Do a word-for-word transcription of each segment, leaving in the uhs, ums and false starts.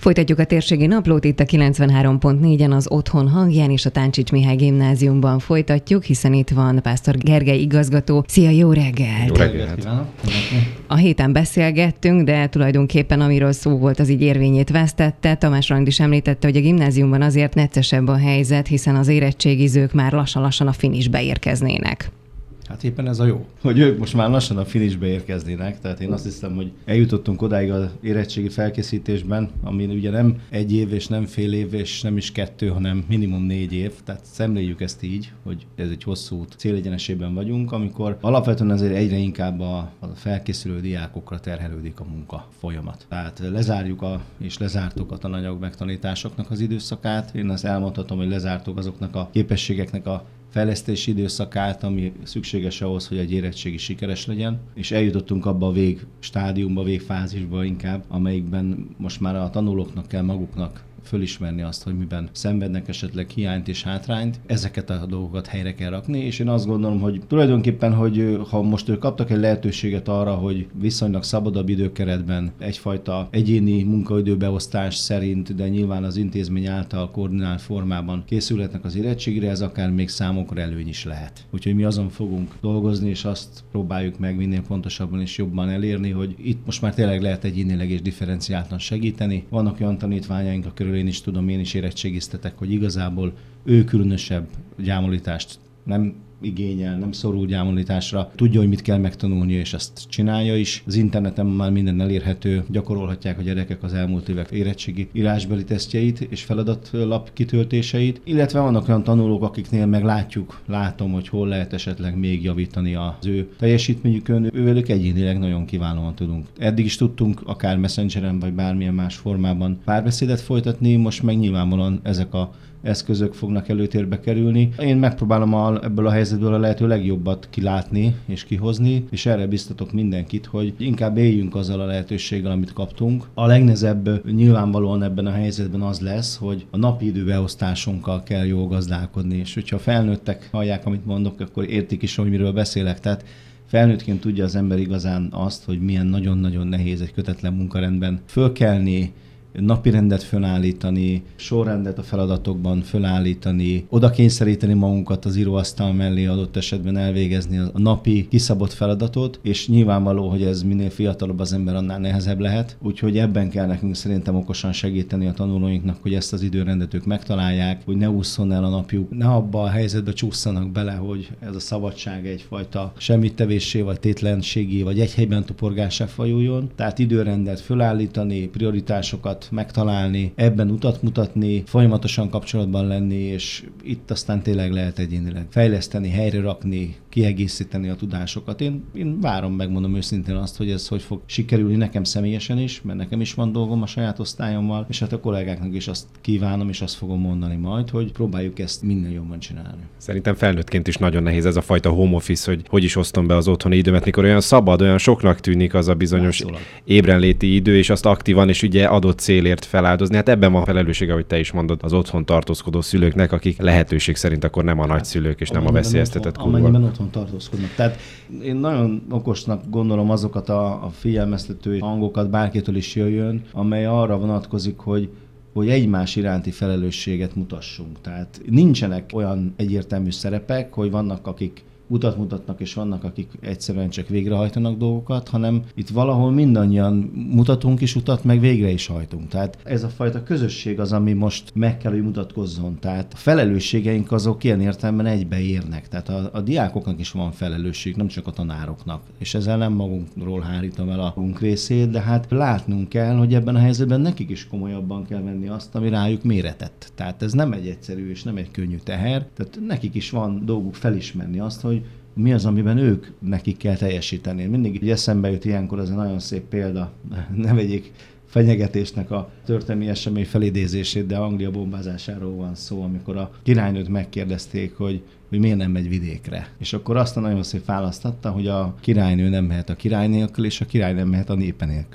Folytatjuk a térségi naplót itt a kilencvenhárom pont négyen az Otthon hangján, és a Táncsics Mihály Gimnáziumban folytatjuk, hiszen itt van Pásztor Gergely igazgató. Szia, jó reggelt! Jó reggelt kívánok! A héten beszélgettünk, de tulajdonképpen amiről szó volt, az így érvényét vesztette. Tamás Rand is említette, hogy a gimnáziumban azért neccesebb a helyzet, hiszen az érettségizők már lassan-lassan a finisbe érkeznének. Hát éppen ez a jó, hogy ők most már lassan a finishbe érkeznének, tehát én azt hiszem, hogy eljutottunk odáig az érettségi felkészítésben, ami ugye nem egy év és nem fél év és nem is kettő, hanem minimum négy év, tehát szemléljük ezt így, hogy ez egy hosszú út, célegyenesében vagyunk, amikor alapvetően azért egyre inkább a, a felkészülő diákokra terhelődik a munka folyamat. Tehát lezárjuk a, és lezártuk a tananyag megtanításoknak az időszakát, én azt elmondhatom, hogy lezártuk azoknak a képességeknek a fejlesztési időszakát, ami szükséges ahhoz, hogy egy érettségi sikeres legyen, és eljutottunk abba a végstádiumba, végfázisba inkább, amelyikben most már a tanulóknak kell maguknak fölismerni azt, hogy miben szenvednek esetleg hiányt és hátrányt. Ezeket a dolgokat helyre kell rakni, és én azt gondolom, hogy tulajdonképpen, hogy ha most ők kaptak egy lehetőséget arra, hogy viszonylag szabadabb időkeretben egyfajta egyéni munkaidőbeosztás szerint, de nyilván az intézmény által koordinált formában készülhetnek az érettségire, ez akár még számokra előny is lehet. Úgyhogy mi azon fogunk dolgozni, és azt próbáljuk meg minél pontosabban és jobban elérni, hogy itt most már tényleg lehet egyénileg és differenciáltan segíteni. Vannak olyan tanítványaink, akik én is tudom, én is érettségiztetek, hogy igazából ő különösebb gyámolítást nem igényel, nem szorul gyámolításra, tudja, hogy mit kell megtanulnia, és ezt csinálja is. Az interneten már minden elérhető, gyakorolhatják a gyerekek az elmúlt évek érettségi írásbeli tesztjeit és feladatlap kitöltéseit, illetve vannak olyan tanulók, akiknél meg látjuk, látom, hogy hol lehet esetleg még javítani az ő teljesítményükön, ővelük egyénileg nagyon kiválóan tudunk. Eddig is tudtunk akár Messengeren vagy bármilyen más formában párbeszédet folytatni, most meg nyilvánvalóan ezek a eszközök fognak előtérbe kerülni. Én megpróbálom a, ebből a helyzetből a lehető legjobbat kilátni és kihozni, és erre biztatok mindenkit, hogy inkább éljünk azzal a lehetőséggel, amit kaptunk. A legnehezebb nyilvánvalóan ebben a helyzetben az lesz, hogy a napi időbeosztásunkkal kell jól gazdálkodni, és hogyha a felnőttek hallják, amit mondok, akkor értik is, hogy miről beszélek. Tehát felnőttként tudja az ember igazán azt, hogy milyen nagyon-nagyon nehéz egy kötetlen munkarendben fölkelni, napirendet fölállítani, sorrendet a feladatokban fölállítani, oda kényszeríteni magunkat az íróasztal mellé, adott esetben elvégezni a napi kiszabott feladatot, és nyilvánvaló, hogy ez minél fiatalabb az ember, annál nehezebb lehet. Úgyhogy ebben kell nekünk szerintem okosan segíteni a tanulóinknak, hogy ezt az időrendet ők megtalálják, hogy ne ússzon el a napjuk, ne abba a helyzetbe csússzanak bele, hogy ez a szabadság egyfajta semmittevéssé, vagy tétlenségé, vagy egy helyben toporgássá fajuljon. Tehát időrendet fölállítani, prioritásokat megtalálni, ebben utat mutatni, folyamatosan kapcsolatban lenni, és itt aztán tényleg lehet egyénileg fejleszteni, helyre rakni, kiegészíteni a tudásokat. Én, én várom, megmondom őszintén azt, hogy ez hogy fog sikerülni nekem személyesen is, mert nekem is van dolgom a saját osztályommal, és hát a kollégáknak is azt kívánom, és azt fogom mondani majd, hogy próbáljuk ezt minél jobban csinálni. Szerintem felnőttként is nagyon nehéz ez a fajta home office, hogy hogy is osztom be az otthoni időmet, mikor olyan szabad, olyan soknak tűnik az a bizonyos Látszólag. ébrenléti idő, és azt aktívan és ugye adott célért feláldozni. Hát ebben van felelőssége, hogy te is mondod, az otthon tartózkodó szülőknek, akik lehetőség szerint akkor nem a nagyszülők és nem a veszélyeztetett kurva. Amennyiben otthon tartózkodnak. Tehát én nagyon okosnak gondolom azokat a, a figyelmeztető hangokat, bárkitől is jöjjön, amely arra vonatkozik, hogy hogy egymás iránti felelősséget mutassunk. Tehát nincsenek olyan egyértelmű szerepek, hogy vannak, akik utat mutatnak, és vannak, akik egyszerűen csak végrehajtanak dolgokat, hanem itt valahol mindannyian mutatunk is utat, meg végre is hajtunk. Tehát ez a fajta közösség az, ami most meg kell, hogy mutatkozzon. Tehát a felelősségeink azok ilyen értelemben egybeérnek. Tehát a, a diákoknak is van felelősség, nem csak a tanároknak. És ezzel nem magunkról hárítom el a magunk részét, de hát látnunk kell, hogy ebben a helyzetben nekik is komolyabban kell venni azt, ami rájuk méretett. Tehát ez nem egy egyszerű és nem egy könnyű teher. Tehát nekik is van dolguk felismerni azt, hogy mi az, amiben ők nekik kell teljesíteni. Mindig így eszembe jut ilyenkor, ez egy nagyon szép példa, ne vegyék fenyegetésnek a történelmi esemény felidézését, de Anglia bombázásáról van szó, amikor a királynőt megkérdezték, hogy, hogy miért nem megy vidékre. És akkor azt a nagyon szép választ adta, hogy a királynő nem mehet a király nélkül, és a király nem mehet a népe nélkül.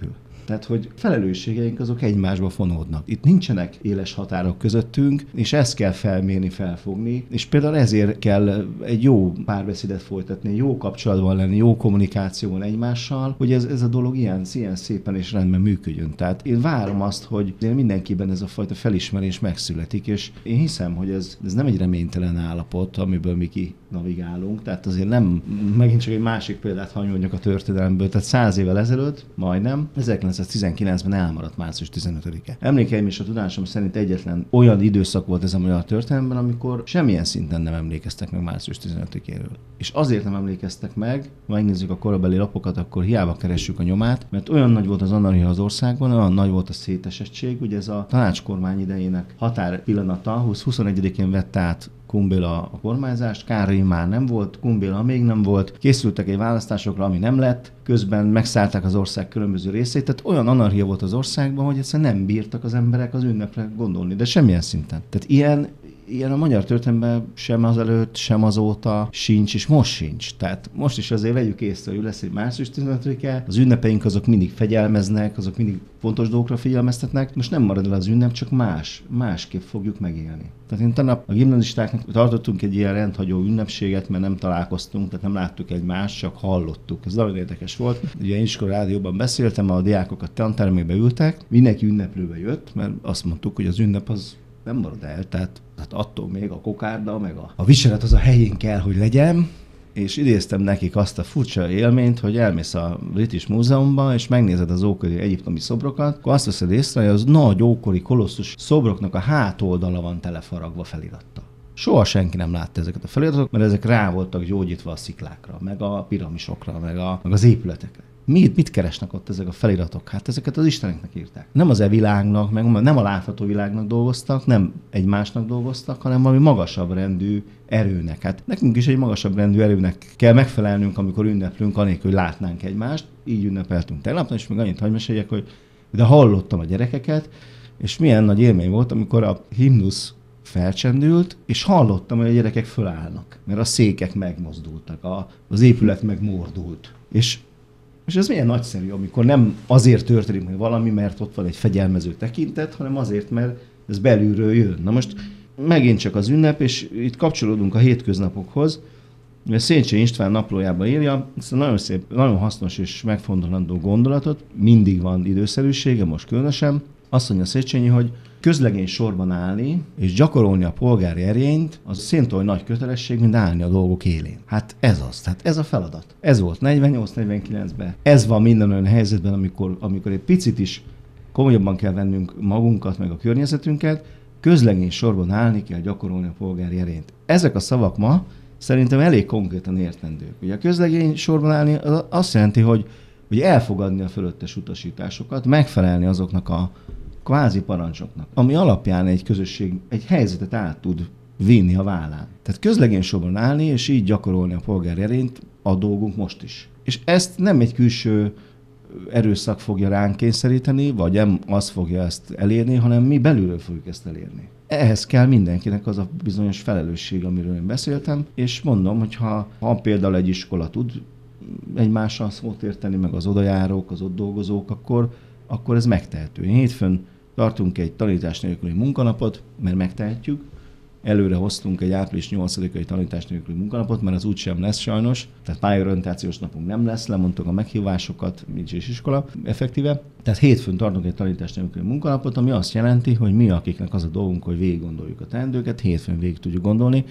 Tehát, hogy felelősségeink azok egymásba fonódnak. Itt nincsenek éles határok közöttünk, és ezt kell felmérni, felfogni, és például ezért kell egy jó párbeszédet folytatni, jó kapcsolatban lenni, jó kommunikációban egymással, hogy ez, ez a dolog ilyen, ilyen szépen és rendben működjön. Tehát én várom azt, hogy mindenkiben ez a fajta felismerés megszületik, és én hiszem, hogy ez, ez nem egy reménytelen állapot, amiből mi ki navigálunk, tehát azért nem, megint csak egy másik példát hanyoljuk a történelemből, tehát száz évvel ezelőtt, majdnem, ezerkilencszáztizenkilencben elmaradt március tizenötödike. Emlékeim és a tudásom szerint egyetlen olyan időszak volt ez a magyar történelemben, amikor semmilyen szinten nem emlékeztek meg március tizenötödikéről. És azért nem emlékeztek meg, ha megnézzük a korabeli lapokat, akkor hiába keressük a nyomát, mert olyan nagy volt az anarchia az országban, olyan nagy volt a szétesettség, ugye ez a tanácskormány idejének határ pillanata, húsz-huszonegyedikén vette át Kumbéla a kormányzást, Károly már nem volt, Kumbéla még nem volt, készültek egy választásokra, ami nem lett, közben megszállták az ország különböző részét, tehát olyan anarchia volt az országban, hogy egyszerűen nem bírtak az emberek az ünnepre gondolni, de semmilyen szinten. Tehát ilyen Ilyen a magyar történelemben sem azelőtt, sem azóta sincs, és most sincs. Tehát most is azért vegyük észre, hogy lesz egy március tizenötödike, az ünnepeink azok mindig fegyelmeznek, azok mindig fontos dolgokra figyelmeztetnek. Most nem marad el az ünnep, csak más, másképp fogjuk megélni. Tehát én tanap a gimnazistáknak tartottunk egy ilyen rendhagyó ünnepséget, mert nem találkoztunk, tehát nem láttuk egymást, csak hallottuk. Ez nagyon érdekes volt. Ugye én iskola rádióban beszéltem, a diákok a tantermébe ültek, mindenki ünneplőbe jött, mert azt mondtuk, hogy az ünnep az nem marad el, tehát, tehát attól még a kokárda, meg a, a viselet az a helyén kell, hogy legyen, és idéztem nekik azt a furcsa élményt, hogy elmész a British Múzeumban, és megnézed az ókori egyiptomi szobrokat, akkor azt veszed észre, hogy az nagy ókori kolosszus szobroknak a hátoldala van telefaragva felirattal. Soha senki nem látta ezeket a feliratokat, mert ezek rá voltak gyógyítva a sziklákra, meg a piramisokra, meg, a, meg az épületekre. Mit, mit keresnek ott ezek a feliratok? Hát ezeket az isteneknek írták. Nem az e világnak, meg nem a látható világnak dolgoztak, nem egymásnak dolgoztak, hanem valami magasabb rendű erőnek. Hát nekünk is egy magasabb rendű erőnek kell megfelelnünk, amikor ünneplünk, anélkül, hogy látnánk egymást. Így ünnepeltünk tegnap, és még annyit hagy meséljek, hogy de hallottam a gyerekeket, és milyen nagy élmény volt, amikor a himnusz felcsendült, és hallottam, hogy a gyerekek fölállnak, mert a székek megmozdultak, a, az épület megmordult. És És ez milyen nagyszerű, amikor nem azért történik meg valami, mert ott van egy fegyelmező tekintet, hanem azért, mert ez belülről jön. Na most megint csak az ünnep, és itt kapcsolódunk a hétköznapokhoz. Széchenyi István naplójában írja, ezt a nagyon szép, nagyon hasznos és megfontolandó gondolatot, mindig van időszerűsége, most különösen. Azt mondja Széchenyi, hogy közlegény sorban állni és gyakorolni a polgári erényt, az szintén olyan nagy kötelesség, mint állni a dolgok élén. Hát ez az, tehát ez a feladat. Ez volt negyvennyolc negyvenkilencben. Ez van minden olyan helyzetben, amikor, amikor egy picit is komolyabban kell vennünk magunkat, meg a környezetünket, közlegény sorban állni kell gyakorolni a polgári erényt. Ezek a szavak ma szerintem elég konkrétan értendők. Ugye a közlegény sorban állni az azt jelenti, hogy, hogy elfogadni a fölöttes utasításokat, megfelelni azoknak a kvázi parancsoknak, ami alapján egy közösség egy helyzetet át tud vinni a vállán. Tehát közlegény sorban állni, és így gyakorolni a polgári erényt a dolgunk most is. És ezt nem egy külső erőszak fogja ránk kényszeríteni, vagy nem az fogja ezt elérni, hanem mi belülről fogjuk ezt elérni. Ehhez kell mindenkinek az a bizonyos felelősség, amiről én beszéltem, és mondom, hogy ha, ha például egy iskola tud egymással szót érteni, meg az odajárók, az ott dolgozók, akkor, akkor ez megtehető. Hétfőn tartunk egy tanítás nélküli munkanapot, mert megtehetjük. Előre hoztunk egy április nyolcadikai tanítás nélküli munkanapot, mert az úgysem lesz sajnos. Tehát pályaorientációs napunk nem lesz, lemondtuk a meghívásokat, nincs is iskola effektíve. Tehát hétfőn tartunk egy tanítás nélküli munkanapot, ami azt jelenti, hogy mi, akiknek az a dolgunk, hogy végig gondoljuk a teendőket, hétfőn végig tudjuk gondolni,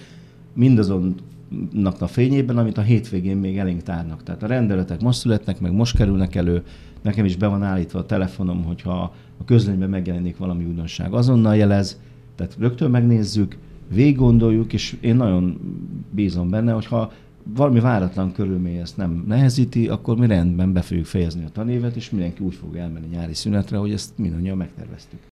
mindazonnak a fényében, amit a hétvégén még elénk tárnak. Tehát a rendeletek most születnek, meg most kerülnek elő. Nekem is be van állítva a telefonom, hogyha a közlönyben megjelenik valami újdonság, azonnal jelez, tehát rögtön megnézzük, végig gondoljuk, és én nagyon bízom benne, hogyha valami váratlan körülmény ezt nem nehezíti, akkor mi rendben be fogjuk fejezni a tanévet, és mindenki úgy fog elmenni nyári szünetre, hogy ezt mindannyian megterveztük.